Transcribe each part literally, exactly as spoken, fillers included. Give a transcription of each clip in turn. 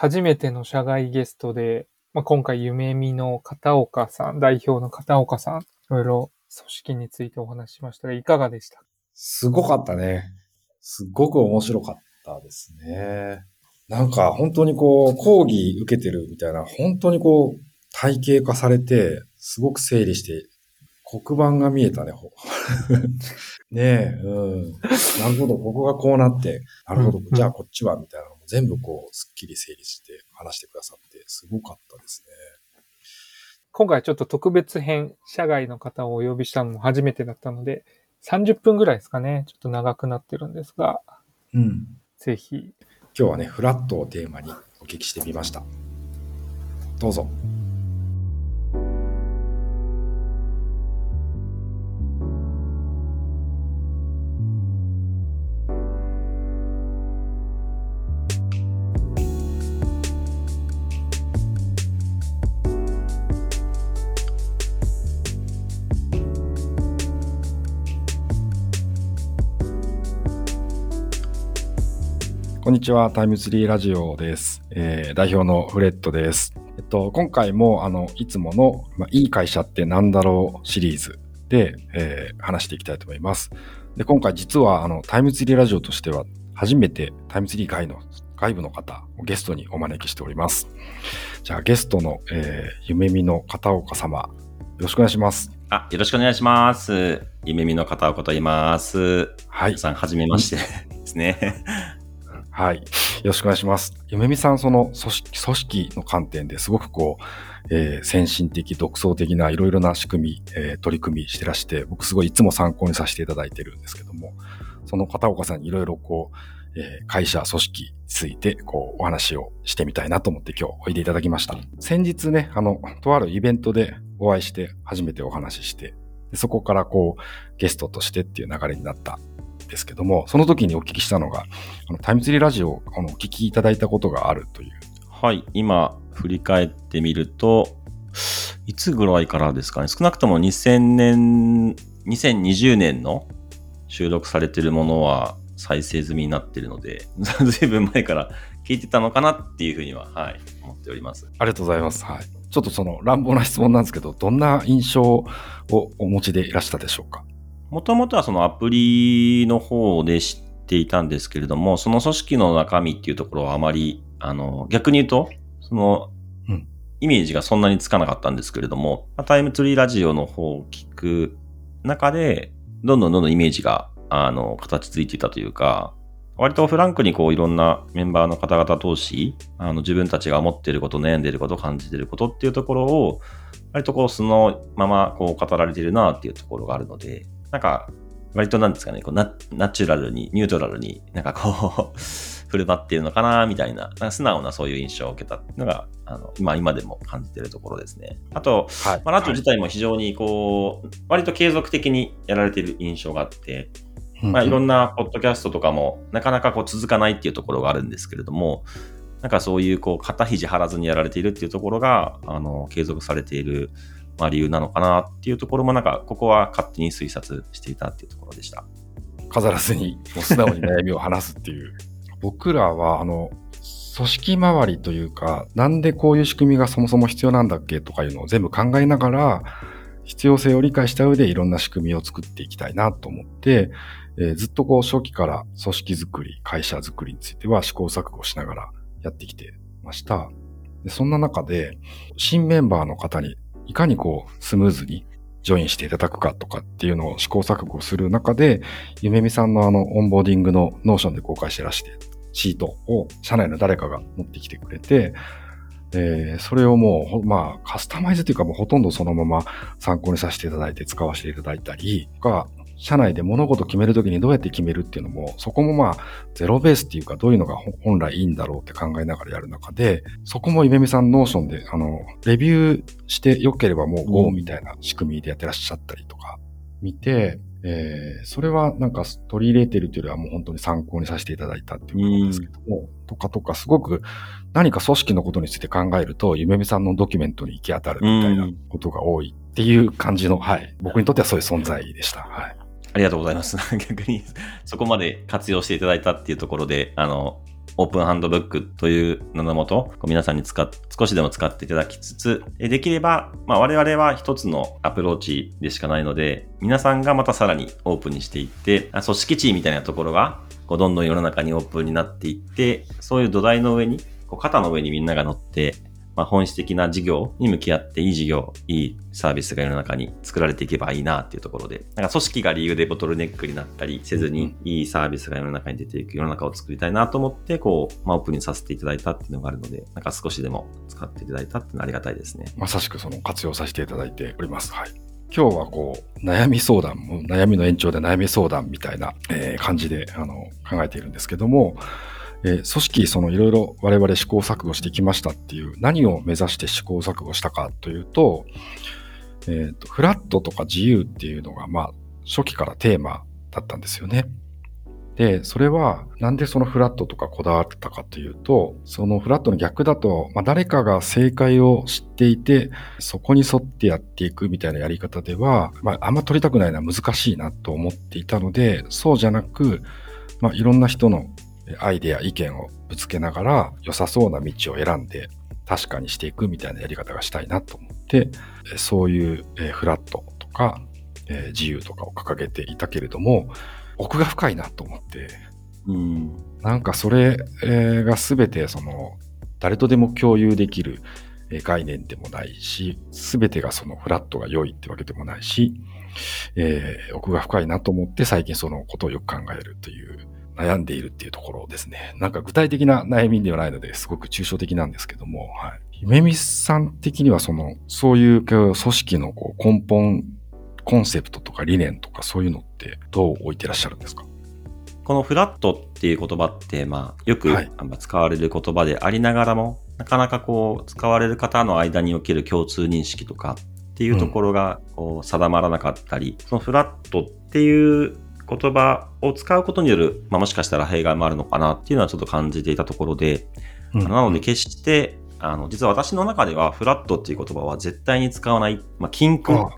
初めての社外ゲストで、まあ、今回夢見の片岡さん、代表の片岡さん、いろいろ組織についてお話ししましたが、いかがでした？ すごかったね。すっごく面白かったですね。なんか本当にこう、講義受けてるみたいな、本当にこう、体系化されて、すごく整理して、黒板が見えたね。ねえ、うん。なるほど、ここがこうなって、なるほど、 うんうん、 じゃあこっちは、みたいなのも全部こう、すっきり整理して話してくださって、すごかったですね。 今回ちょっと特別編、社外の方をお呼びしたのも初めてだったので、さんじゅっぷんぐらいですかね。ちょっと長くなってるんですが、 うん。 ぜひ。 今日はね、フラットをテーマにお聞きしてみました。どうぞ。こんにちは、タイムツリーラジオです。えー、代表のフレッドです。えっと、今回も、あの、いつもの、まあ、いい会社ってなんだろうシリーズで、えー、話していきたいと思います。で、今回実は、あの、タイムツリーラジオとしては、初めてタイムツリー外の、外部の方をゲストにお招きしております。じゃあ、ゲストの、えー、夢見の片岡様、よろしくお願いします。 あ、よろしくお願いします。夢見の片岡と言います。はい。皆さん、はじめましてですね。 はい。よろしくお願いします。夢見さん、その組織、組織の観点ですごくこう、えー、先進的、独創的ないろいろな仕組み、えー、取り組みしてらして、僕すごいいつも参考にさせていただいてるんですけども、その片岡さんにいろいろこう、えー、会社、組織についてこう、お話をしてみたいなと思って今日おいでいただきました。先日ね、あの、とあるイベントでお会いして初めてお話しして、でそこからこう、ゲストとしてっていう流れになったですけども、その時にお聞きしたのが、あのタイムツリーラジオをあのお聞きいただいたことがあるという。 はい、今振り返ってみると、いつぐらいからですかね。少なくともにせんねん、にせんにじゅうねんの収録されているものは再生済みになっているので、ずいぶん前から聞いてたのかなっていうふうには、はい、思っております。 ありがとうございます。はい。ちょっとその乱暴な質問なんですけど、どんな印象をお持ちでいらしたでしょうか？ もともとはそのアプリの方で知っていたんですけれども、その組織の中身っていうところはあまり、あの、逆に言うと、その、うん、イメージがそんなにつかなかったんですけれども、タイムツリーラジオの方を聞く中で、どんどんどんどんイメージが、あの、形ついていたというか、割とフランクにこういろんなメンバーの方々同士、あの自分たちが思っていること、悩んでいること、感じていることっていうところを、割とこうそのままこう語られているなっていうところがあるので、なんか、割となんですかね、こう ナ, ナチュラルに、ニュートラルになんかこう、振る舞っているのかな、みたいな、なんか素直なそういう印象を受けたのが、あの、今、今でも感じているところですね。あと、はいまあ、ラジオ自体も非常にこう、割と継続的にやられている印象があって、まあ、いろんなポッドキャストとかも、なかなかこう続かないっていうところがあるんですけれども、なんかそういうこう、肩肘張らずにやられているっていうところが、あの、継続されている、まあ、理由なのかなっていうところもなんかここは勝手に推察していたっていうところでした。 飾らずにもう素直に悩みを話すっていう僕らはあの組織周りというかなんでこういう仕組みがそもそも必要なんだっけとかいうのを全部考えながら必要性を理解した上でいろんな仕組みを作っていきたいなと思って、えー、ずっとこう初期から組織づくり会社づくりについては試行錯誤しながらやってきてました。でそんな中で新メンバーの方にいかにこうスムーズにジョインしていただくかとかっていうのを試行錯誤する中で、夢見さんのあのオンボーディングのノーションで公開してらして、シートを社内の誰かが持ってきてくれて、えー、それをもう、まあカスタマイズというかもうほとんどそのまま参考にさせていただいて使わせていただいたりとか、社内で物事を決めるときにどうやって決めるっていうのも、そこもまあゼロベースっていうかどういうのが本来いいんだろうって考えながらやる中で、そこも夢見さんノーションであのレビューして良ければもう ゴー みたいな仕組みでやってらっしゃったりとか見て、えー、それはなんか取り入れてるというよりはもう本当に参考にさせていただいたっていうことですけども、とかとかすごく何か組織のことについて考えると夢見さんのドキュメントに行き当たるみたいなことが多いっていう感じの、はい、僕にとってはそういう存在でした。はい。 ありがとうございます。逆にそこまで活用していただいたっていうところで、あの、 オープンハンドブックという名のもと、皆さんに使っ、少しでも使っていただきつつ、できれば、まあ、我々は一つのアプローチでしかないので、皆さんがまたさらにオープンにしていって、組織地みたいなところが、こうどんどん世の中にオープンになっていって、そういう土台の上に、こう肩の上にみんなが乗って、まあ、本質的な事業に向き合っていい事業、いいサービスが世の中に作られていけばいいなっていうところで、なんか組織が理由でボトルネックになったりせずに、いいサービスが世の中に出ていく世の中を作りたいなと思って、こう、まあ、オープンにさせていただいたっていうのがあるので、なんか少しでも使っていただいたっていうのはありがたいですね。 まさしくその活用させていただいております。はい。今日はこう、悩み相談も、悩みの延長で悩み相談みたいな、えー、感じで、あの、考えているんですけども、えー、組織、そのいろいろ我々試行錯誤してきましたっていう、何を目指して試行錯誤したかというと、えーと、フラットとか自由っていうのが、まあ、初期からテーマだったんですよね。で、それは、なんでそのフラットとかこだわったかというと、そのフラットの逆だと、まあ、誰かが正解を知っていて、そこに沿ってやっていくみたいなやり方では、まあ、あんま取りたくないのは難しいなと思っていたので、そうじゃなく、まあ、いろんな人のアイデア、意見をぶつけながら良さそうな道を選んで確かにしていくみたいなやり方がしたいなと思って、そういうフラットとか自由とかを掲げていたけれども、奥が深いなと思って、 うん、 なんかそれが全てその誰とでも共有できる概念でもないし、全てがそのフラットが良いってわけでもないし、えー、奥が深いなと思って最近そのことをよく考えるという悩んでいるっていうところですね。なんか具体的な悩みではないのですごく抽象的なんですけども、はい。夢見さん的にはその、そういう組織のこう根本、コンセプトとか理念とかそういうのってどう置いてらっしゃるんですか？ このフラットっていう言葉って、まあ、よく使われる言葉でありながらも、はい、なかなかこう、使われる方の間における共通認識とかっていうところがこう定まらなかったり、うん、そのフラットっていう言葉を使うことによる、まあ、もしかしたら弊害もあるのかなっていうのはちょっと感じていたところで、うん、なので決して、あの、実は私の中ではフラットっていう言葉は絶対に使わない、まあ、禁句、はい、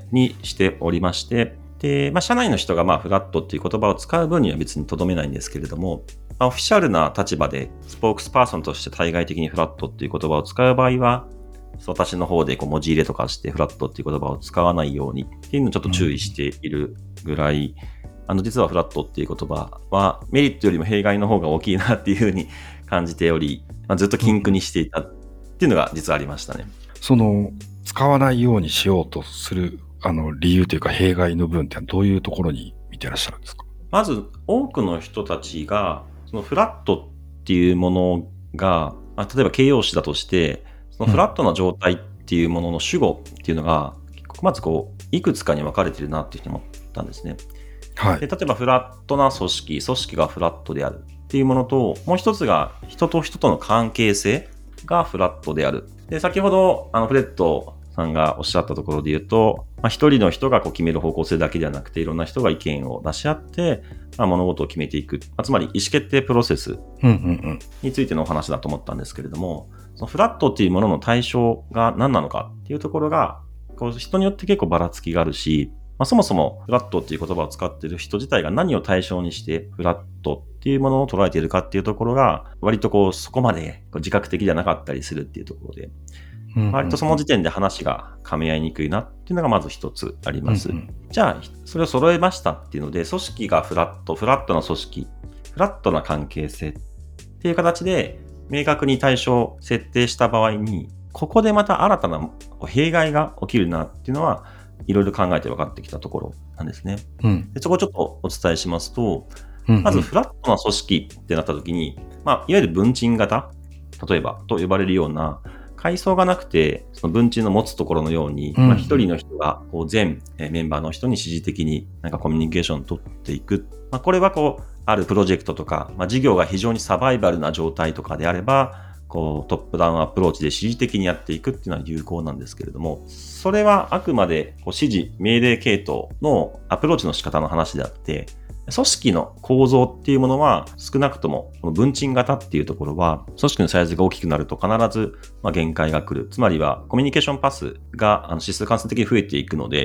にしておりまして、で、まあ、社内の人がまあフラットっていう言葉を使う分には別にとどめないんですけれども、まあ、オフィシャルな立場でスポークスパーソンとして対外的にフラットっていう言葉を使う場合は、私の方でこう文字入れとかしてフラットっていう言葉を使わないようにっていうのをちょっと注意しているぐらい、うん、あの実はフラットっていう言葉はメリットよりも弊害の方が大きいなっていうふうに感じており、まあ、ずっと禁句にしていたっていうのが実はありましたね。 その使わないようにしようとするあの理由というか弊害の部分ってどういうところに見てらっしゃるんですか？ まず多くの人たちがそのフラットっていうものが、まあ、例えば形容詞だとしてそのフラットな状態っていうものの主語っていうのが、うん、まずこういくつかに分かれてるなっていうふうに思ったんですね。はい、で例えばフラットな組織、組織がフラットであるっていうものと、もう一つが人と人との関係性がフラットである。で先ほどあのフレッドさんがおっしゃったところで言うと、まあ、一人の人がこう決める方向性だけではなくて、いろんな人が意見を出し合って、まあ、物事を決めていく、まあ、つまり意思決定プロセスについてのお話だと思ったんですけれども、そのフラットっていうものの対象が何なのかっていうところが、こう人によって結構ばらつきがあるし、まあ、そもそもフラットっていう言葉を使っている人自体が何を対象にしてフラットっていうものを捉えているかっていうところが、割とこうそこまで自覚的じゃなかったりするっていうところで、割とその時点で話が噛み合いにくいなっていうのがまず一つあります。うんうん、じゃあ、それを揃えましたっていうので、組織がフラット、フラットな組織、フラットな関係性っていう形で明確に対象を設定した場合に、ここでまた新たな弊害が起きるなっていうのは、いろいろ考えて分かってきたところなんですね。うん、でそこをちょっとお伝えしますと、うんうん、まずフラットな組織ってなった時に、まあ、いわゆる文鎮型、例えばと呼ばれるような、階層がなくて、その文鎮の持つところのように、うん、まあ、一人の人がこう全メンバーの人に指示的になんかコミュニケーションを取っていく。まあ、これはこう、あるプロジェクトとか、まあ、事業が非常にサバイバルな状態とかであれば、こうトップダウンアプローチで指示的にやっていくっていうのは有効なんですけれども、それはあくまでこう指示、命令系統のアプローチの仕方の話であって、組織の構造っていうものは少なくともこの文鎮型っていうところは組織のサイズが大きくなると必ずまあ限界が来る。つまりはコミュニケーションパスがあの指数関数的に増えていくので、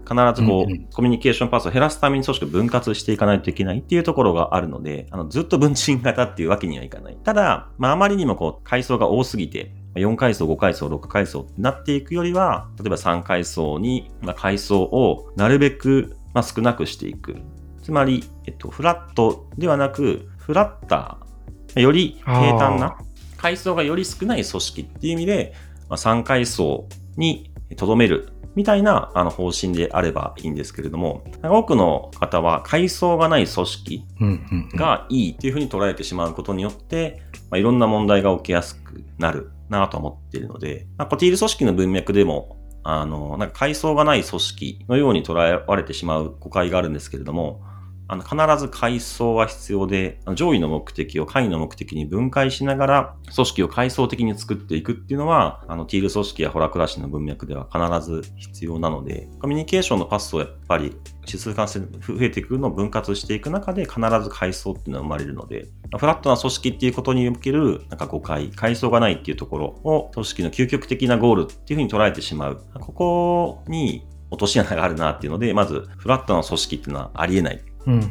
必ずこう、 うんうん、 コミュニケーションパスを減らすために組織を分割していかないといけないっていうところがあるので、あのずっと分賃型っていうわけにはいかない。ただ、まあ、あまりにもこう、階層が多すぎて、よん階層、ご階層、ろく階層ってなっていくよりは、例えばさん階層に、まあ、階層をなるべく、まあ、少なくしていく。つまり、えっと、フラットではなく、フラッター、より平坦な、階層がより少ない組織っていう意味で、まあ、さん階層に留めるみたいなあの方針であればいいんですけれども、多くの方は階層がない組織がいいっていうふうに捉えてしまうことによって、まあ、いろんな問題が起きやすくなるなと思っているので、まあ、コティール組織の文脈でも、あの、なんか階層がない組織のように捉えられてしまう誤解があるんですけれども、あの必ず階層は必要で、上位の目的を下位の目的に分解しながら、組織を階層的に作っていくっていうのは、あの、ティール組織やホラクラシの文脈では必ず必要なので、コミュニケーションのパスをやっぱり指数関数増えていくのを分割していく中で、必ず階層っていうのは生まれるので、フラットな組織っていうことにおける、なんか誤解、階層がないっていうところを、組織の究極的なゴールっていうふうに捉えてしまう。ここに落とし穴があるなっていうので、まず、フラットな組織っていうのはありえない。 うんうんうんうん、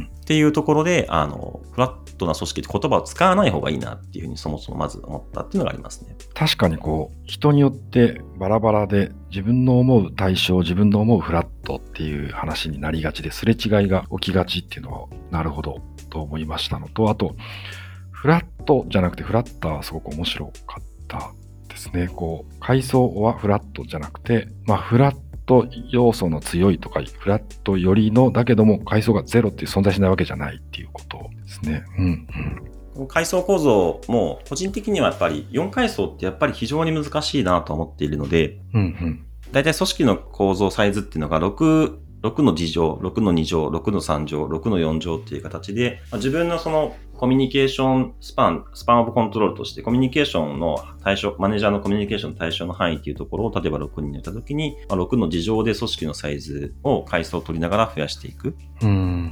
っていうところで、あの、フラットな組織って言葉を使わない方がいいなっていうふうにそもそもまず思ったっていうのがありますね。 確かにこう、人によってバラバラで自分の思う対象、自分の思うフラットっていう話になりがちで、すれ違いが起きがちっていうのは、なるほどと思いましたのと、あと、フラットじゃなくてフラッターはすごく面白かったですね。こう、階層はフラットじゃなくて、まあ、フラット要素の強いとか、フラットよりの、だけども階層がゼロっていう存在しないわけじゃないっていうことですね。うんうん、階層構造も個人的にはやっぱりよん階層ってやっぱり非常に難しいなと思っているので、 うんうん、 だいたい組織の構造サイズっていうのが6、ろくの次乗、ろくのに乗、ろくのさん乗、ろくのよん乗っていう形で、自分のそのコミュニケーションスパン、スパンオブコントロールとしてコミュニケーションの対象、マネージャーのコミュニケーションの対象の範囲っていうところを例えばろくにんやったときに、ろくの次乗で組織のサイズを階層を取りながら増やしていく。 うん、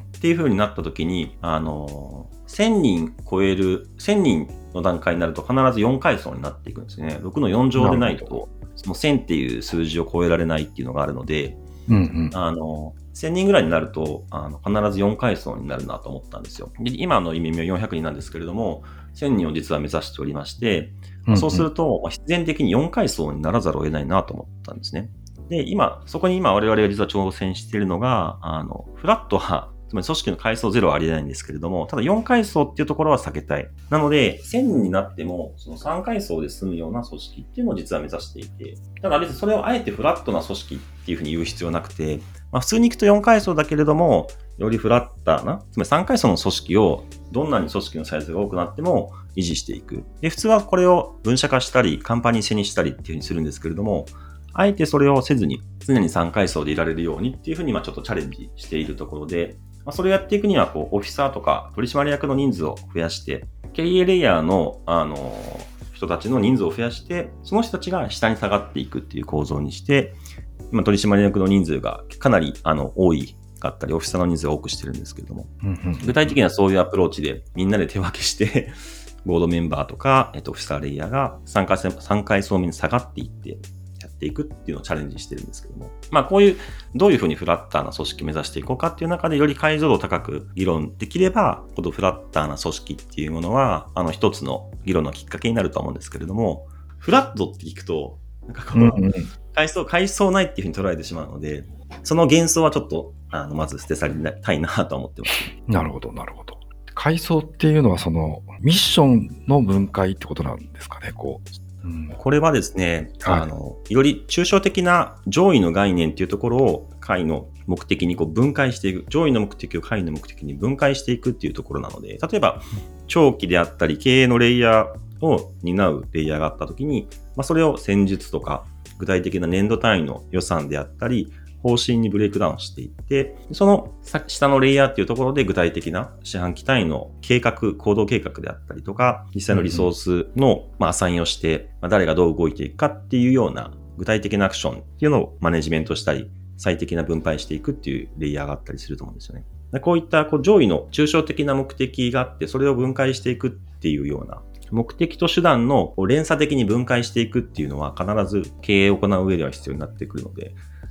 っていう風になったときに、あの、せんにん超える、せんにんの段階になると必ずよん階層になっていくんですね。ろくのよん乗でないと、そのせんっていう数字を超えられないっていうのがあるので、うんうん、あの、せんにんぐらいになると、あの、必ずよん階層になるなと思ったんですよ。で今の意味はよんひゃくにんなんですけれども、せんにんを実は目指しておりまして、うんうん、そうすると、必然的によん階層にならざるを得ないなと思ったんですね。で、今、そこに今我々が実は挑戦しているのが、あの、フラットは、つまり組織の階層ゼロはありえないんですけれども、ただよん階層っていうところは避けたい。なので、せんにんになっても、そのさん階層で済むような組織っていうのを実は目指していて、ただ別にそれをあえてフラットな組織っていうふうに言う必要なくて、まあ、普通に行くとよん階層だけれども、よりフラッターな、つまりさん階層の組織をどんなに組織のサイズが多くなっても維持していく。で、普通はこれを分社化したり、カンパニー制にしたりっていうふうにするんですけれども、あえてそれをせずに常にさん階層でいられるようにっていうふうにまあちょっとチャレンジしているところで、まあ、それをやっていくにはこうオフィサーとか取締役の人数を増やして、経営レイヤーの、あの人たちの人数を増やして、その人たちが下に下がっていくっていう構造にして、今取締役の人数がかなりあの多いかったり、オフィサーの人数が多くしてるんですけれども、うんうん、具体的にはそういうアプローチでみんなで手分けしてボードメンバーとか、えっと、オフィサーレイヤーがさん階、さん階層目に下がっていってやっていくっていうのをチャレンジしてるんですけども、まあこういうどういうふうにフラッターな組織を目指していこうかっていう中でより解像度高く議論できれば、このフラッターな組織っていうものはあの一つの議論のきっかけになると思うんですけれども、フラットって聞くとなんかこう、うんうん、階層階層ないっていうふうに捉えてしまうので、その幻想はちょっとあのまず捨て去りたいなと思ってます。 なるほどなるほど。階層っていうのはそのミッションの分解ってことなんですかね。こう、 うん、これはですね、はい、あのより抽象的な上位の概念っていうところを下位の目的にこう分解していく、上位の目的を下位の目的に分解していくっていうところなので、例えば長期であったり経営のレイヤーを担うレイヤーがあったときに、まあ、それを戦術とか具体的な年度単位の予算であったり方針にブレイクダウンしていって、その下のレイヤーっていうところで具体的な四半期単位の計画、行動計画であったりとか、実際のリソースのまあアサインをして、まあ、誰がどう動いていくかっていうような具体的なアクションっていうのをマネジメントしたり、最適な分配していくっていうレイヤーがあったりすると思うんですよね。こういったこう上位の抽象的な目的があって、それを分解していくっていうような目的と手段の連鎖的に分解していくっていうのは必ず経営を行う上では必要になってくるので、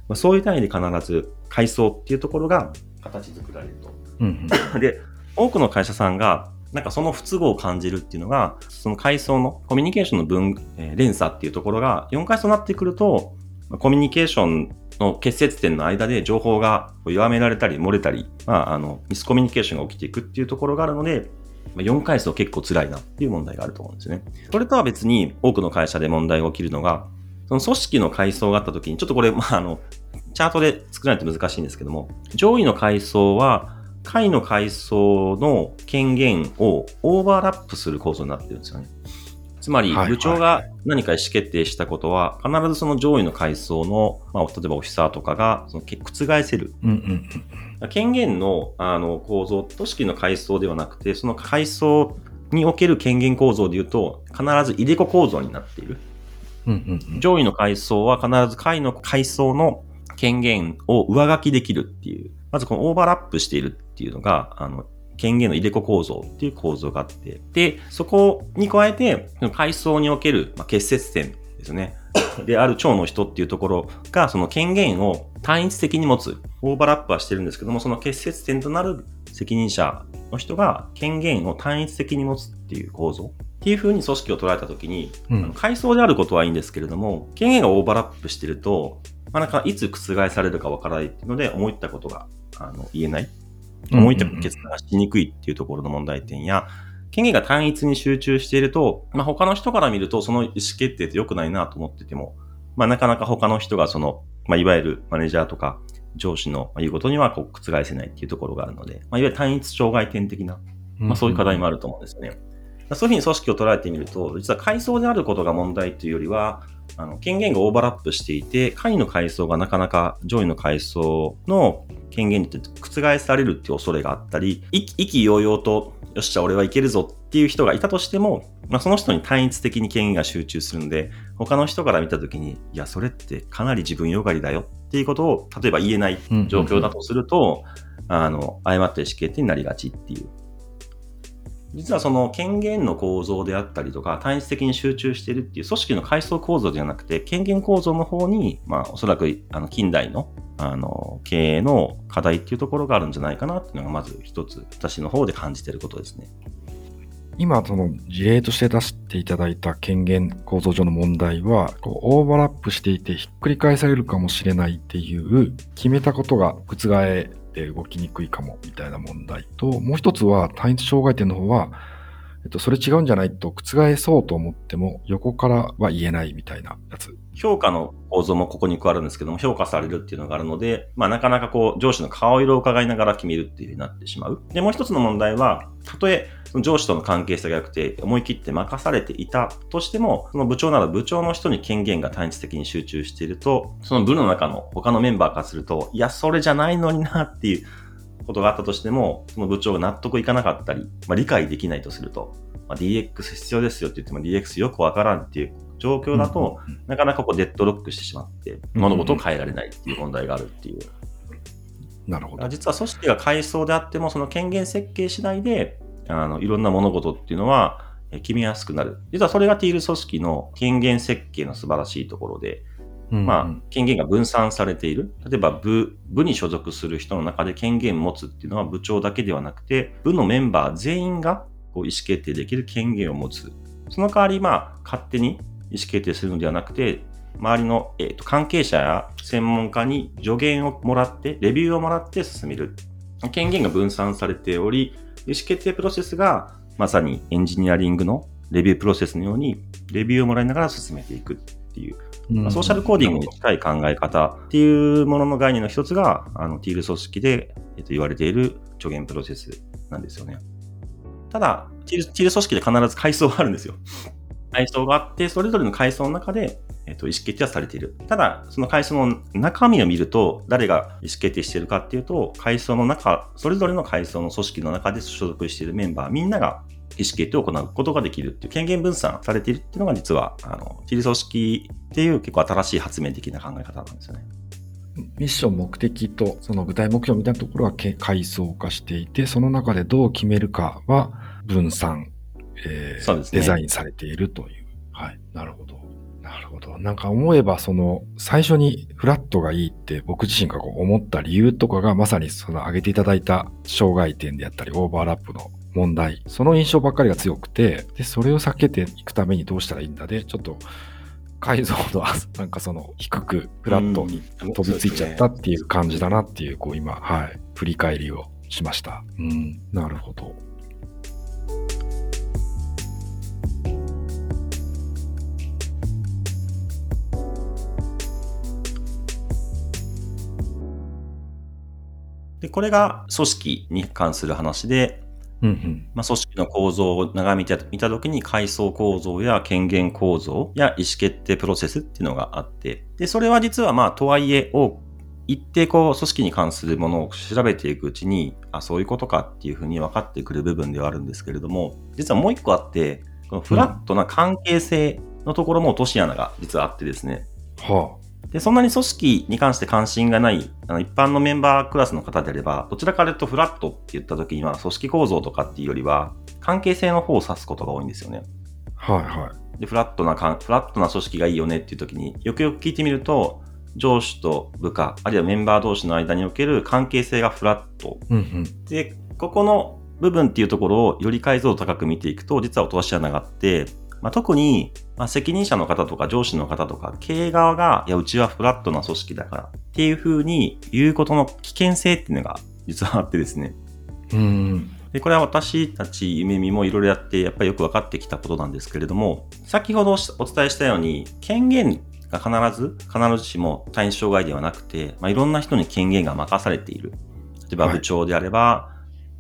まあ、そういう単位で必ず階層っていうところが形作られると。 うんうん、 で、多くの会社さんが、なんかその不都合を感じるっていうのが、その階層のコミュニケーションの分、えー連鎖っていうところがよん階層になってくると、コミュニケーションの結節点の間で情報が弱められたり漏れたり、まあ、あのミスコミュニケーションが起きていくっていうところがあるので、よん階層結構辛いなっていう問題があると思うんですよね。それとは別に多くの会社で問題が起きるのが、その組織の階層があったときに、ちょっとこれ、まあ、あの、チャートで作らないと難しいんですけども、上位の階層は、下位の階層の権限をオーバーラップする構造になってるんですよね。つまり、部長が何か意思決定したことは、必ずその上位の階層の、まあ、例えばオフィサーとかが、その覆せる。 うんうんうん、 権限の、あの構造、組織の階層ではなくて、その階層における権限構造でいうと、必ず入れ子構造になっている。 うんうんうん、 上位の階層は必ず下位の階層の権限を上書きできるっていう、まずこのオーバーラップしているっていうのが、あの、権限の入れ子構造っていう構造があって、で、そこに加えて、階層における、まあ、結節点ですね。で、ある長の人っていうところが、その権限を単一的に持つ、オーバーラップはしてるんですけども、その結節点となる責任者の人が権限を単一的に持つっていう構造っていう風に組織を捉えたときに、うん、階層であることはいいんですけれども、権限がオーバーラップしてると、まあ、なんかいつ覆されるかわからないっていうので、思いったことがあの言えない。思いった決断がしにくいっていうところの問題点や、権限が単一に集中していると、まあ、他の人から見るとその意思決定って良くないなと思ってても、まあ、なかなか他の人がその、まあ、いわゆるマネージャーとか上司の言うことにはこう覆せないっていうところがあるので、まあ、いわゆる単一障害点的な、まあ、そういう課題もあると思うんですよね。うん、そういうふうに組織を捉えてみると、実は階層であることが問題というよりは、あの権限がオーバーラップしていて、下位の階層がなかなか上位の階層の権限に覆されるっていう恐れがあったり、意気揚々と、よっしゃ俺はいけるぞっていう人がいたとしても、まあ、その人に単一的に権限が集中するので、他の人から見たときに、いや、それってかなり自分よがりだよっていうことを、例えば言えない状況だとすると、うんうんうん、あの、誤った意思決定になりがちっていう。実はその権限の構造であったりとか、単一的に集中しているっていう組織の階層構造ではなくて、権限構造の方に、まあ、おそらく、あの、近代の、あの、経営の課題っていうところがあるんじゃないかなっていうのが、まず一つ、私の方で感じていることですね。 今、その事例として出していただいた権限構造上の問題は、こうオーバーラップしていてひっくり返されるかもしれないっていう、決めたことが覆って動きにくいかもみたいな問題と、もう一つは単一障害点の方は、えっと、それ違うんじゃないと覆そうと思っても横からは言えないみたいなやつ。 評価の構造もここに加わるんですけども、評価されるっていうのがあるので、まあなかなかこう上司の顔色を伺いながら決めるっていう風になってしまう。で、もう一つの問題は、たとえその上司との関係性が良くて思い切って任されていたとしても、その部長なら部長の人に権限が単一的に集中していると、その部の中の他のメンバーからすると、いや、それじゃないのになっていうことがあったとしても、その部長が納得いかなかったり、まあ、理解できないとすると、まあ、ディーエックス 必要ですよって言っても ディーエックス よくわからんっていう状況だと、うんうんうん、なかなかこうデッドロックしてしまって、物事を変えられないっていう問題があるっていう。 なるほど。 実は組織が階層であっても、その権限設計次第で、あの、いろんな物事っていうのは決めやすくなる。実はそれがティール組織の権限設計の素晴らしいところで、うんうん、まあ、権限が分散されている。例えば部、部に所属する人の中で権限を持つっていうのは部長だけではなくて、部のメンバー全員がこう意思決定できる権限を持つ。その代わり、まあ、勝手に意思決定するのではなくて、周りの、えーと、関係者や専門家に助言をもらって、レビューをもらって進める。権限が分散されており、意思決定プロセスがまさにエンジニアリングのレビュープロセスのように、レビューをもらいながら進めていくっていう。まあ、ソーシャルコーディングに近い考え方っていうものの概念の一つが、あの、ティール組織で、えっと、言われている助言プロセスなんですよね。ただ、ティール、ティール組織で必ず階層があるんですよ。階層があって、それぞれの階層の中で、えっと、意思決定はされている。ただ、その階層の中身を見ると、誰が意思決定しているかっていうと、階層の中、それぞれの階層の組織の中で所属しているメンバー、みんなが意思決定を行うことができるっていう権限分散されているっていうのが実は、あの、ティール組織っていう結構新しい発明的な考え方なんですよね。 ミッション、目的とその具体目標みたいなところは階層化していて、その中でどう決めるかは分散、えーそうですね、デザインされているという。はい。なるほど。 なるほど。なんか思えば、その、最初にフラットがいいって僕自身がこう思った理由とかが、まさにその挙げていただいた障害点であったり、オーバーラップの問題、その印象ばっかりが強くて、で、それを避けていくためにどうしたらいいんだで、ちょっと、解像度は、なんかその、低くフラットに飛びついちゃったっていう感じだなっていう、こう今、はい、振り返りをしました。うん、なるほど。 で、これが組織に関する話で、 うんうんまあ、組織の構造を眺めてみたときに階層構造や権限構造や意思決定プロセスっていうのがあって、で、それは実はまあ、とはいえ、を一定こう、組織に関するものを調べていくうちに、あ、そういうことかっていうふうに分かってくる部分ではあるんですけれども、実はもう一個あって、このフラットな関係性のところも落とし穴が実はあってですね。 はあ。 で、そんなに組織に関して関心がない、あの一般のメンバークラスの方であれば、どちらかというとフラットって言った時には、組織構造とかっていうよりは、関係性の方を指すことが多いんですよね。 はいはい。 で、フラットなかん、フラットな組織がいいよねっていう時に、よくよく聞いてみると、上司と部下、あるいはメンバー同士の間における関係性がフラット。 うんうん、 で、ここの部分っていうところをより解像度高く見ていくと、実は落とし穴があって、まあ、特に、まあ、責任者の方とか上司の方とか経営側が、いや、うちはフラットな組織だからっていうふうに言うことの危険性っていうのが実はあってですね。 うん、 で、これは私たち夢見もいろいろやってやっぱりよく分かってきたことなんですけれども、先ほどお伝えしたように権限が必ず、必ずしも対象外ではなくて、まあ、いろんな人に権限が任されている。例えば部長であれば、はい、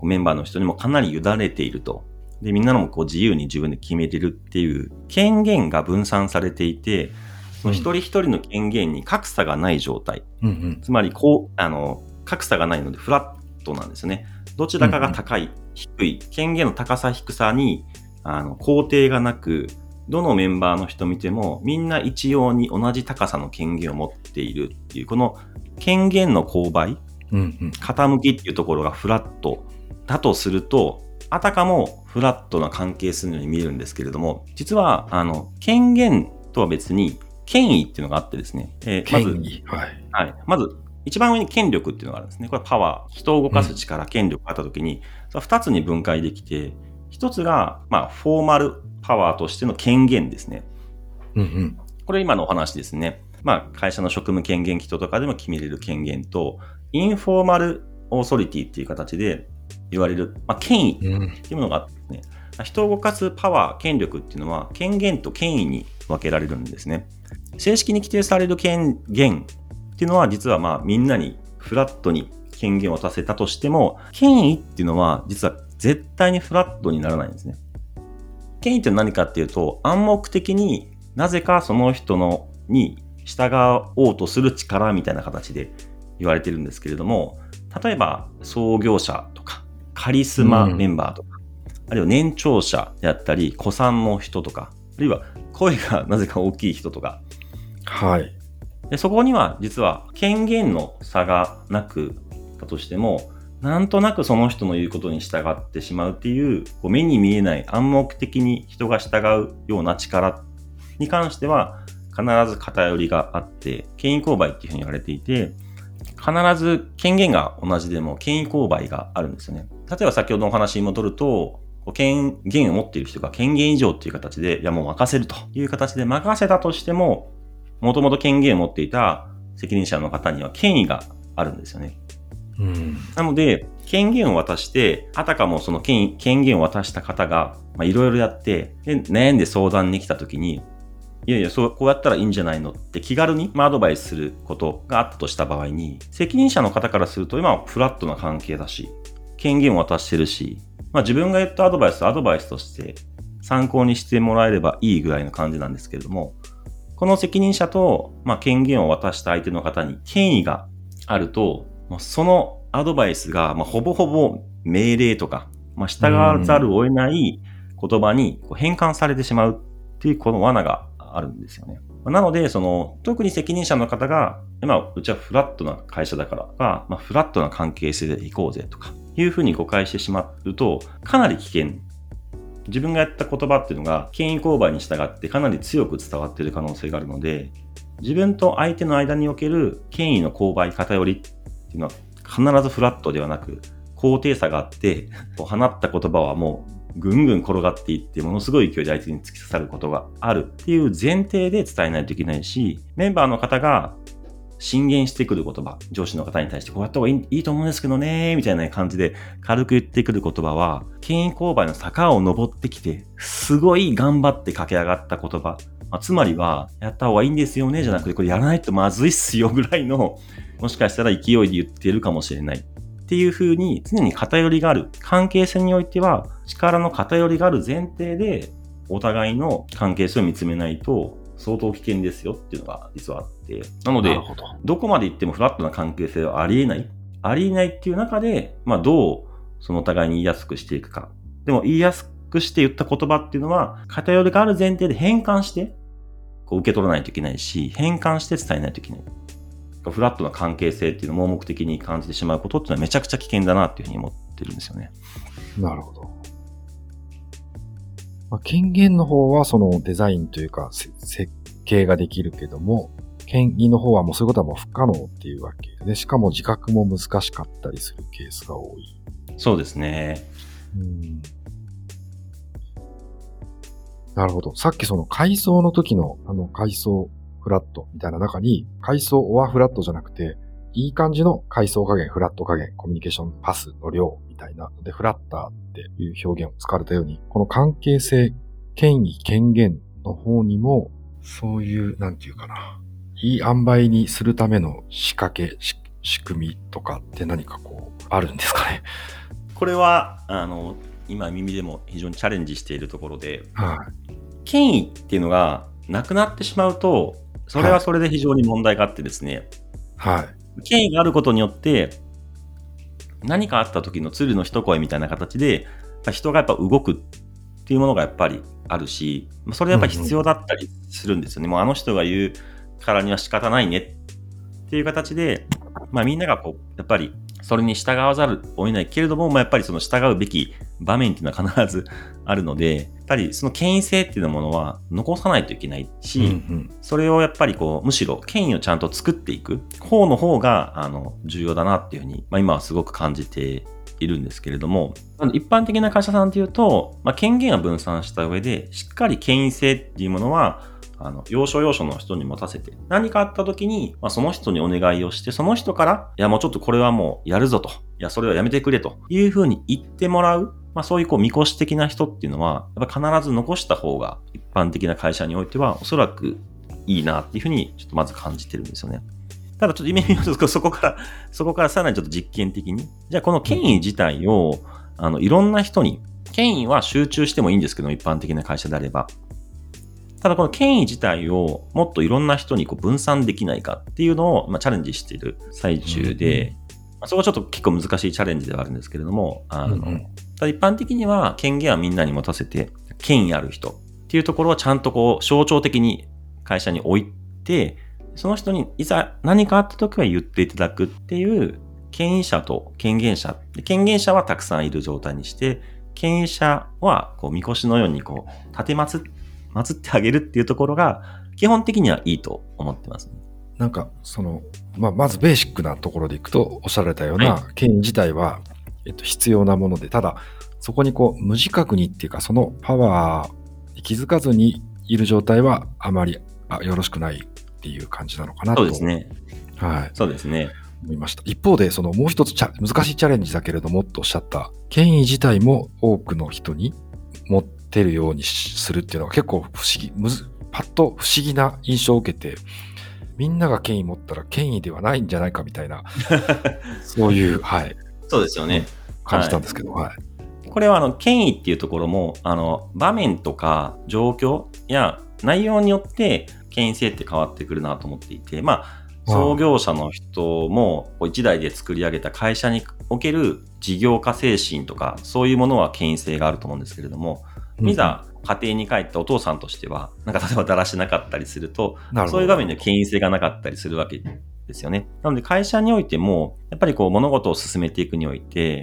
メンバーの人にもかなり委ねていると。で、みんなのもこう自由に自分で決めてるっていう権限が分散されていて、その一人一人の権限に格差がない状態。 うんうん、 つまり、こう、あの、格差がないのでフラットなんですよね。どちらかが高い、うんうん、低い、権限の高さ低さに、あの、肯定がなく、どのメンバーの人見ても、みんな一様に同じ高さの権限を持っているっていう、この権限の勾配、 うんうん、 傾きっていうところがフラットだとすると、あたかもフラットな関係するように見えるんですけれども、実は、あの、権限とは別に、権威っていうのがあってですね。 えー、まず、はい。 はい。まず、一番上に権力っていうのがあるんですね。これはパワー。人を動かす力、うん、権力があったときに、二つに分解できて、一つが、まあ、フォーマルパワーとしての権限ですね。 うんうん。 これ今のお話ですね。まあ、会社の職務権限規定とかでも決めれる権限と、インフォーマルオーソリティっていう形で、言われる、まあ、権威っていうものがあってですね、うん、人を動かすパワー、権力っていうのは権限と権威に分けられるんですね。正式に規定される権限っていうのは実はまあみんなにフラットに権限を渡せたとしても、権威っていうのは実は絶対にフラットにならないんですね。権威って何かっていうと、暗黙的になぜかその人のに従おうとする力みたいな形で言われてるんですけれども、例えば創業者とかカリスマメンバーとか、うん、あるいは年長者であったり古参の人とか、あるいは声がなぜか大きい人とか、 はい。 でそこには実は権限の差がなくだとしても、なんとなくその人の言うことに従ってしまうっていう、こう目に見えない暗黙的に人が従うような力に関しては必ず偏りがあって、権威勾配っていうふうに言われていて、必ず権限が同じでも権威勾配があるんですよね。例えば先ほどのお話に戻ると、権限を持っている人が権限以上っていう形で、いやもう任せるという形で任せたとしても、もともと権限を持っていた責任者の方には権威があるんですよね。 うん、 なので、権限を渡して、あたかもその 権, 権限を渡した方がいろいろやって、で悩んで相談に来た時に、いやいや、そう、こうやったらいいんじゃないのって気軽にアドバイスすることがあったとした場合に、責任者の方からすると今はフラットな関係だし、権限を渡してるし、まあ自分が言ったアドバイスアドバイスとして参考にしてもらえればいいぐらいの感じなんですけれども、この責任者と、まあ、権限を渡した相手の方に権威があると、そのアドバイスが、まあ、ほぼほぼ命令とか、まあ、従わざるを得ない言葉に変換されてしまうっていうこの罠があるんですよね。なので、その、特に責任者の方が、今、うちはフラットな会社だからか、まあ、フラットな関係性で行こうぜとか、いうふうに誤解してしまうと、かなり危険自分がやった言葉っていうのが権威勾配に従ってかなり強く伝わっている可能性があるので、自分と相手の間における権威の勾配偏りっていうのは必ずフラットではなく高低差があって、放った言葉はもうぐんぐん転がっていってものすごい勢いで相手に突き刺さることがあるっていう前提で伝えないといけないし、メンバーの方が進言してくる言葉、上司の方に対してこうやった方がいい、いいと思うんですけどねみたいな感じで軽く言ってくる言葉は、権威勾配の坂を登ってきてすごい頑張って駆け上がった言葉、まあ、つまりはやった方がいいんですよねじゃなくて、これやらないとまずいっすよぐらいの、もしかしたら勢いで言ってるかもしれないっていう風に、常に偏りがある関係性においては力の偏りがある前提でお互いの関係性を見つめないと相当危険ですよっていうのが実はあって、なので ど, どこまで行ってもフラットな関係性はありえないありえないっていう中で、まあどうそのお互いに言いやすくしていくか。でも言いやすくして言った言葉っていうのは偏りがある前提で変換してこう受け取らないといけないし、変換して伝えないといけない。フラットな関係性っていうのを盲目的に感じてしまうことっていうのはめちゃくちゃ危険だなっていうふうに思ってるんですよね。 なるほど。まあ、権限の方はそのデザインというか設計ができるけども、権威の方はもうそういうことはもう不可能っていうわけで、しかも自覚も難しかったりするケースが多い。 そうですね。 うん。なるほど。さっきその階層の時のあの階層フラットみたいな中に、階層オアフラットじゃなくて、いい感じの階層加減、フラット加減、コミュニケーションパスの量みたいなので、フラッターっていう表現を使われたように、この関係性、権威、権限の方にも、そういう、なんていうかな、いい塩梅にするための仕掛け、仕組みとかって何かこう、あるんですかね。 これは、あの、今耳でも非常にチャレンジしているところで、 はい。 権威っていうのがなくなってしまうと、それはそれで非常に問題があってですね、 はい。 権威があることによって、何かあった時の鶴の一声みたいな形で、人がやっぱ動くっていうものがやっぱりあるし、それやっぱり必要だったりするんですよね。うんうん、もうあの人が言うからには仕方ないねっていう形で、まあみんながこう、やっぱりそれに従わざるを得ないけれども、まあやっぱりその従うべき場面っていうのは必ずあるので、やっぱりその権威性っていうものは残さないといけないし、うんうん、それをやっぱりこう、むしろ権威をちゃんと作っていく方の方が、あの、重要だなっていうふうに、まあ今はすごく感じているんですけれども、一般的な会社さんというと、まあ権限は分散した上で、しっかり権威性っていうものは、あの、要所要所の人に持たせて、何かあった時に、まあ、その人にお願いをして、その人から、いや、もうちょっとこれはもうやるぞと。いや、それはやめてくれというふうに言ってもらう。まあ、そういうこう、見越し的な人っていうのは、やっぱ必ず残した方が、一般的な会社においては、おそらくいいなっていうふうに、ちょっとまず感じてるんですよね。ただ、ちょっとイメージをちょっとそこから、そこからさらにちょっと実験的に、じゃあこの権威自体を、あの、いろんな人に、権威は集中してもいいんですけど、一般的な会社であれば。ただこの権威自体をもっといろんな人にこう分散できないかっていうのを、まあ、チャレンジしている最中で、うんまあ、そこはちょっと結構難しいチャレンジではあるんですけれども、あの、うん、ただ一般的には権限はみんなに持たせて、権威ある人っていうところをちゃんとこう象徴的に会社に置いて、その人にいざ何かあった時は言っていただくっていう権威者と権限者、権限者はたくさんいる状態にして、権威者はこうみこしのようにこう立てまつって祀ってあげるっていうところが基本的にはいいと思ってます、ね。 なんかその、まあ、まずベーシックなところでいくとおっしゃられたような、はい、権威自体は、えっと、必要なもので、ただそこにこう無自覚にっていうかそのパワーに気づかずにいる状態はあまりあよろしくないっていう感じなのかなと。 そうですね。 はい。 そうですね。 思いました。一方でそのもう一つチャ難しいチャレンジだけれどもとおっしゃった権威自体も多くの人に持っててるようにするっていうのが結構不思議、むず、パッと不思議な印象を受けて、みんなが権威持ったら権威ではないんじゃないかみたいな、そういう、はい。 そうですよね。 感じたんですけど、はい。はい、 これはあの、権威っていうところも、あの、場面とか状況や内容によって権威性って変わってくるなと思っていて、まあ、創業者の人も一代で作り上げた会社における事業家精神とか、そういうものは権威性があると思うんですけれども、いざ家庭に帰ったお父さんとしては、なんか例えばだらしなかったりすると、そういう場面で権威性がなかったりするわけですよね。なので会社においても、やっぱりこう物事を進めていくにおいて、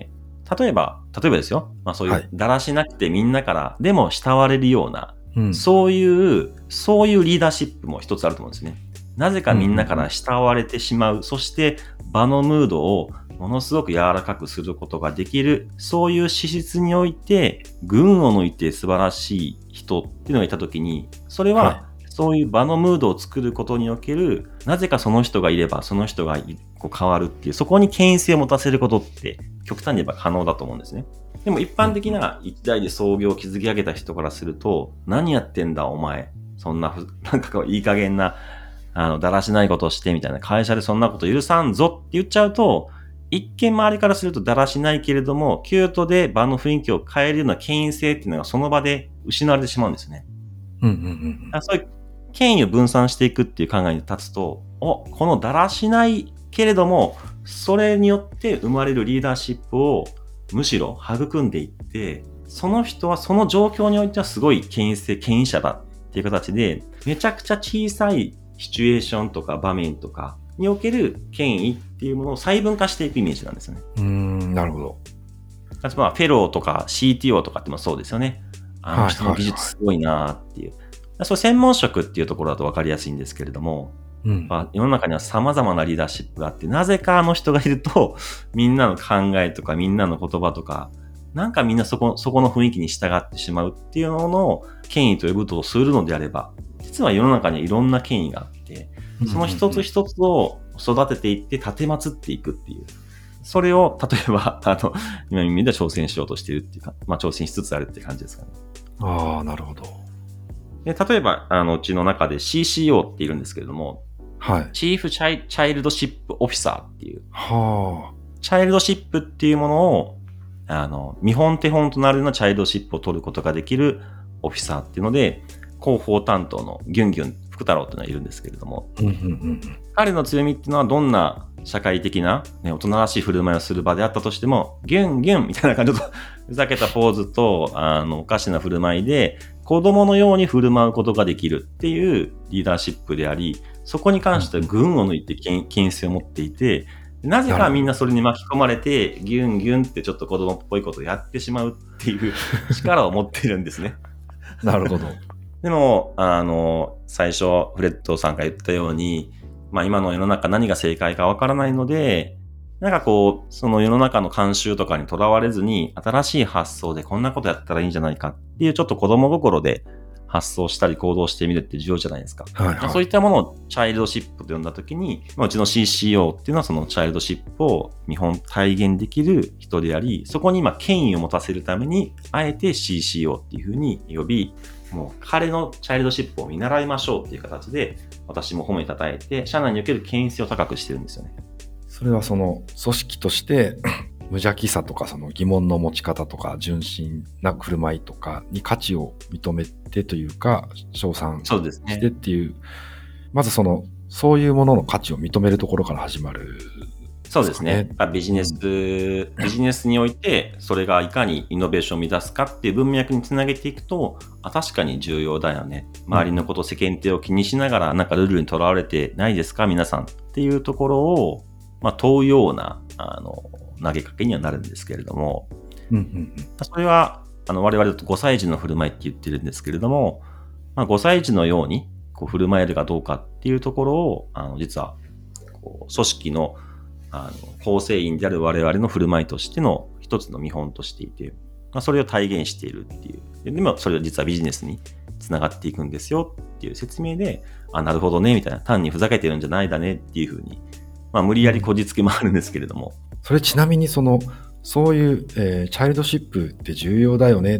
例えば、例えばですよ。まあそういう、 はいだらしなくてみんなからでも慕われるような、 うん、 そういう、そういうリーダーシップも一つあると思うんですね。なぜかみんなから慕われてしまう。そして場のムードをものすごく柔らかくすることができる。そういう資質において、群を抜いて素晴らしい人っていうのがいたときに、それは、はい、そういう場のムードを作ることにおける、なぜかその人がいればその人がこう変わるっていう、そこに権威性を持たせることって極端に言えば可能だと思うんですね。でも一般的な一代で創業を築き上げた人からすると、何やってんだお前。そんなふ、なんかいい加減な、あの、だらしないことをしてみたいな、会社でそんなこと許さんぞって言っちゃうと、一見周りからするとだらしないけれども、キュートで場の雰囲気を変えるような権威性っていうのがその場で失われてしまうんですね。 うんうんうんうん、 そういう権威を分散していくっていう考えに立つと、お、このだらしないけれども、それによって生まれるリーダーシップをむしろ育んでいって、その人はその状況においてはすごい権威性、権威者だっていう形で、めちゃくちゃ小さいシチュエーションとか場面とかにおける権威っていうものを細分化していくイメージなんですよね。 うーん、なるほど。 あとまあフェローとか シーティーオー とかってもそうですよね。あの人の技術すごいなっていう。はいはいはい、そう専門職っていうところだと分かりやすいんですけれども、うんまあ、世の中には様々なリーダーシップがあって、なぜかあの人がいると、みんなの考えとかみんなの言葉とか、なんかみんなそこ、そこの雰囲気に従ってしまうっていうのの権威と呼ぶとするのであれば、実は世の中にはいろんな権威があって、その一つ一つを育てていって立てまつっていくっていう。それを、例えば、あの、今みんな挑戦しようとしているっていうか、まあ挑戦しつつあるっていう感じですかね。 ああ、なるほど。 で、例えば、あの、うちの中で シーシーオー っているんですけれども、 はい。 チーフチャイ、チャイルドシップオフィサーっていう。 はあ。 チャイルドシップっていうものを、あの、見本手本となるようなチャイルドシップを取ることができるオフィサーっていうので、広報担当のギュンギュン福太郎っていうのがいるんですけれども、 うんうんうん、 彼の強みっていうのはどんな社会的な、ね、大人らしい振る舞いをする場であったとしても、ギュンギュンみたいな感じでふざけたポーズと、あの、おかしな振る舞いで、子供のように振る舞うことができるっていうリーダーシップであり、そこに関しては群を抜いて権威性を持っていて、なぜかみんなそれに巻き込まれて、ギュンギュンってちょっと子供っぽいことをやってしまうっていう力を持っているんですね。 なるほど。 でも、あの、最初、フレッドさんが言ったように、まあ今の世の中何が正解かわからないので、なんかこう、その世の中の慣習とかにとらわれずに、新しい発想でこんなことやったらいいんじゃないかっていうちょっと子供心で発想したり行動してみるって重要じゃないですか。 はいはい、 そういったものをチャイルドシップと呼んだときに、まあ、うちの シーシーオー っていうのはそのチャイルドシップを見本体現できる人であり、そこに今権威を持たせるために、あえて シーシーオー っていうふうに呼び、もう彼のチャイルドシップを見習いましょうっていう形で、私も褒めたたえて、社内における権威性を高くしてるんですよね。 それはその組織として無邪気さとかその疑問の持ち方とか純真な振る舞いとかに価値を認めてというか称賛してっていう、ね、まずそのそういうものの価値を認めるところから始まる、 そうですね。ビジネス、ビジネスにおいてそれがいかにイノベーションを生み出すかっていう文脈につなげていくと、あ、確かに重要だよね。周りのこと、世間体を気にしながらなんかルールにとらわれてないですか皆さんっていうところをまあ、問うような、あの、投げかけにはなるんですけれども、 うんうんうん、 それは、あの、我々だとごさい児の振る舞いって言ってるんですけれども、まあ、ごさい児のように、こう、振る舞えるかどうかっていうところを、あの、実は、こう、組織の、あの、構成員である我々の振る舞いとしての一つの見本としていて、まあ、それを体現しているっていう。でも、それは実はビジネスにつながっていくんですよっていう説明で、あ、なるほどね、みたいな、単にふざけてるんじゃないだねっていうふうに、まあ、無理やりこじつけもあるんですけれども。 それちなみにその、そういう、えー、チャイルドシップって重要だよねって、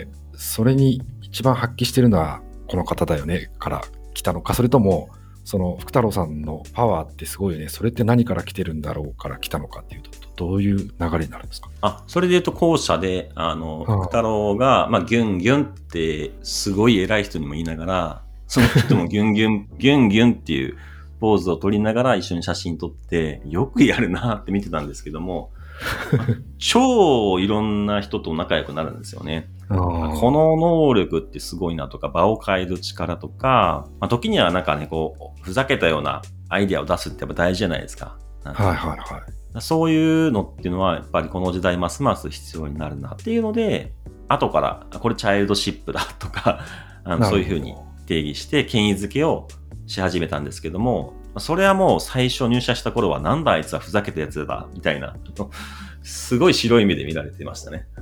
それに一番発揮してるのはこの方だよねから来たのか、それとも、その福太郎さんのパワーってすごいよね、それって何から来てるんだろうから来たのかっていうと、どういう流れになるんですか？ あ、それで言うと後者で、あの、福太郎が、まあ、ギュンギュンってすごい偉い人にも言いながら、その人もギュンギュン、ギュンギュンっていう、ポーズを撮りながら一緒に写真撮って、よくやるなって見てたんですけども、超いろんな人と仲良くなるんですよね。この能力ってすごいなとか、場を変える力とか、まあ、時にはなんかね、こう、ふざけたようなアイデアを出すってやっぱ大事じゃないですか。 はいはいはい。 そういうのっていうのは、やっぱりこの時代ますます必要になるなっていうので、後から、これチャイルドシップだとか、あのそういうふうに定義して、権威づけをし始めたんですけども、それはもう最初入社した頃は、なんだあいつはふざけたやつだ、みたいな、すごい白い目で見られてましたね。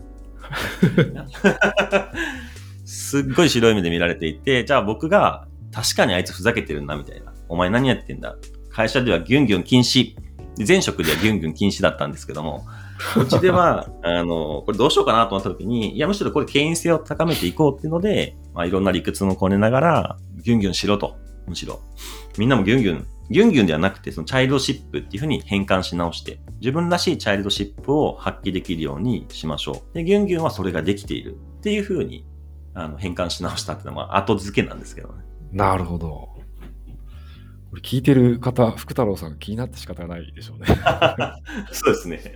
すっごい白い目で見られていて、じゃあ僕が、確かにあいつふざけてるんだ、みたいな。お前何やってんだ。会社ではギュンギュン禁止。前職ではギュンギュン禁止だったんですけども、うちでは、あの、これどうしようかなと思った時に、いや、むしろこれ権威性を高めていこうっていうので、まあいろんな理屈もこねながら、ギュンギュンしろと。むしろ。みんなもギュンギュン、ギュンギュンではなくて、そのチャイルドシップっていうふうに変換し直して、自分らしいチャイルドシップを発揮できるようにしましょう。で、ギュンギュンはそれができているっていうふうに、あの、変換し直したっていうのは、まあ後付けなんですけどね。 なるほど。これ聞いてる方、福太郎さんが気になって仕方がないでしょうね。 そうですね。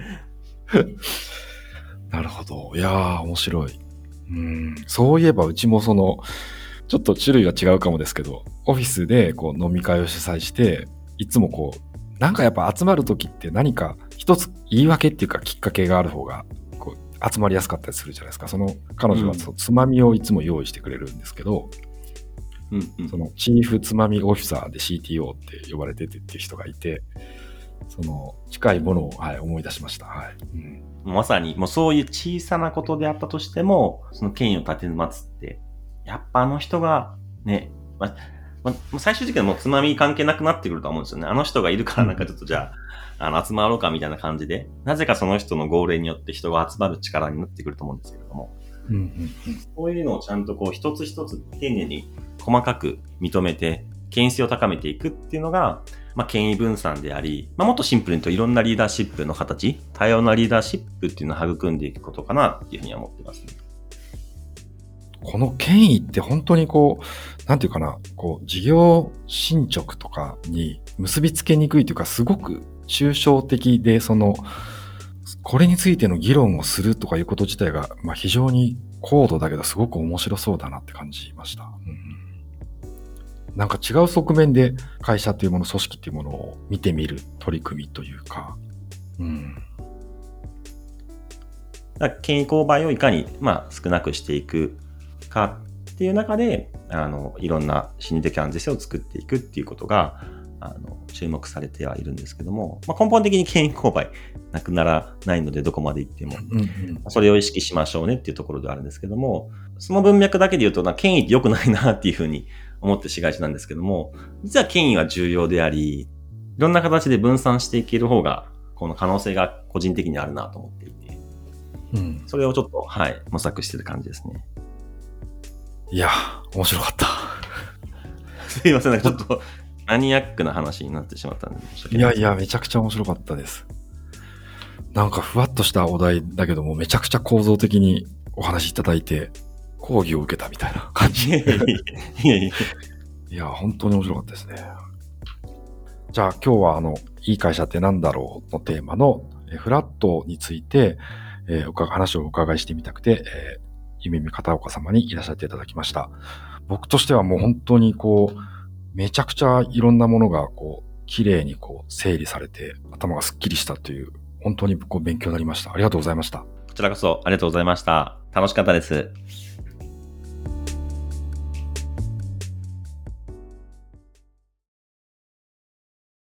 なるほど。いやー、面白い。うん、そういえばうちもその、ちょっと種類は違うかもですけど、オフィスでこう飲み会を主催して、いつもこう、なんかやっぱ集まるときって何か一つ言い訳っていうかきっかけがある方が、こう、集まりやすかったりするじゃないですか。その彼女はそのつまみをいつも用意してくれるんですけど、うんうん、そのチーフつまみオフィサーで シーティーオー って呼ばれててっていう人がいて、その近いものを、はい、思い出しました。はい。うん、 まさに、もうそういう小さなことであったとしても、その権威を立てまつって、やっぱあの人がね、まま、最終的にはもうつまみ関係なくなってくると思うんですよね。あの人がいるからなんかちょっとじゃあ、あの集まろうかみたいな感じで、なぜかその人の号令によって人が集まる力になってくると思うんですけれども、うんうんうん、そういうのをちゃんとこう一つ一つ丁寧に細かく認めて、権威性を高めていくっていうのが、まあ、権威分散であり、まあ、もっとシンプルに言うといろんなリーダーシップの形、多様なリーダーシップっていうのを育んでいくことかなっていうふうには思ってますね。 この権威って本当にこう、なんていうかな、こう、事業進捗とかに結びつけにくいというか、すごく抽象的で、その、これについての議論をするとかいうこと自体が、まあ、非常に高度だけど、すごく面白そうだなって感じました。うん、なんか違う側面で会社というもの、組織というものを見てみる取り組みというか、うん。 権威勾配をいかに、まあ、少なくしていくかっていう中で、あの、いろんな心理的安全性を作っていくっていうことが、あの、注目されてはいるんですけども、まあ、根本的に権威勾配なくならないので、どこまで行っても、うんうん、それを意識しましょうねっていうところではあるんですけども、その文脈だけで言うと、権威って良くないなっていうふうに思ってしがちなんですけども、実は権威は重要であり、いろんな形で分散していける方が、この可能性が個人的にあるなと思っていて、うん、それをちょっと、はい、模索してる感じですね。 いや、面白かった。 すいません、なんかちょっとマニアックな話になってしまったんで。 いやいや、めちゃくちゃ面白かったです。なんかふわっとしたお題だけども、めちゃくちゃ構造的にお話しいただいて、講義を受けたみたいな感じ。いや、本当に面白かったですね。じゃあ今日はあの、いい会社ってなんだろうのテーマのフラットについて、えー、話をお伺いしてみたくて、えー夢見片岡様にいらっしゃっていただきました。僕としてはもう本当にこう、めちゃくちゃいろんなものがこう、綺麗にこう、整理されて、頭がスッキリしたという、本当にこう勉強になりました。ありがとうございました。 こちらこそありがとうございました。楽しかったです。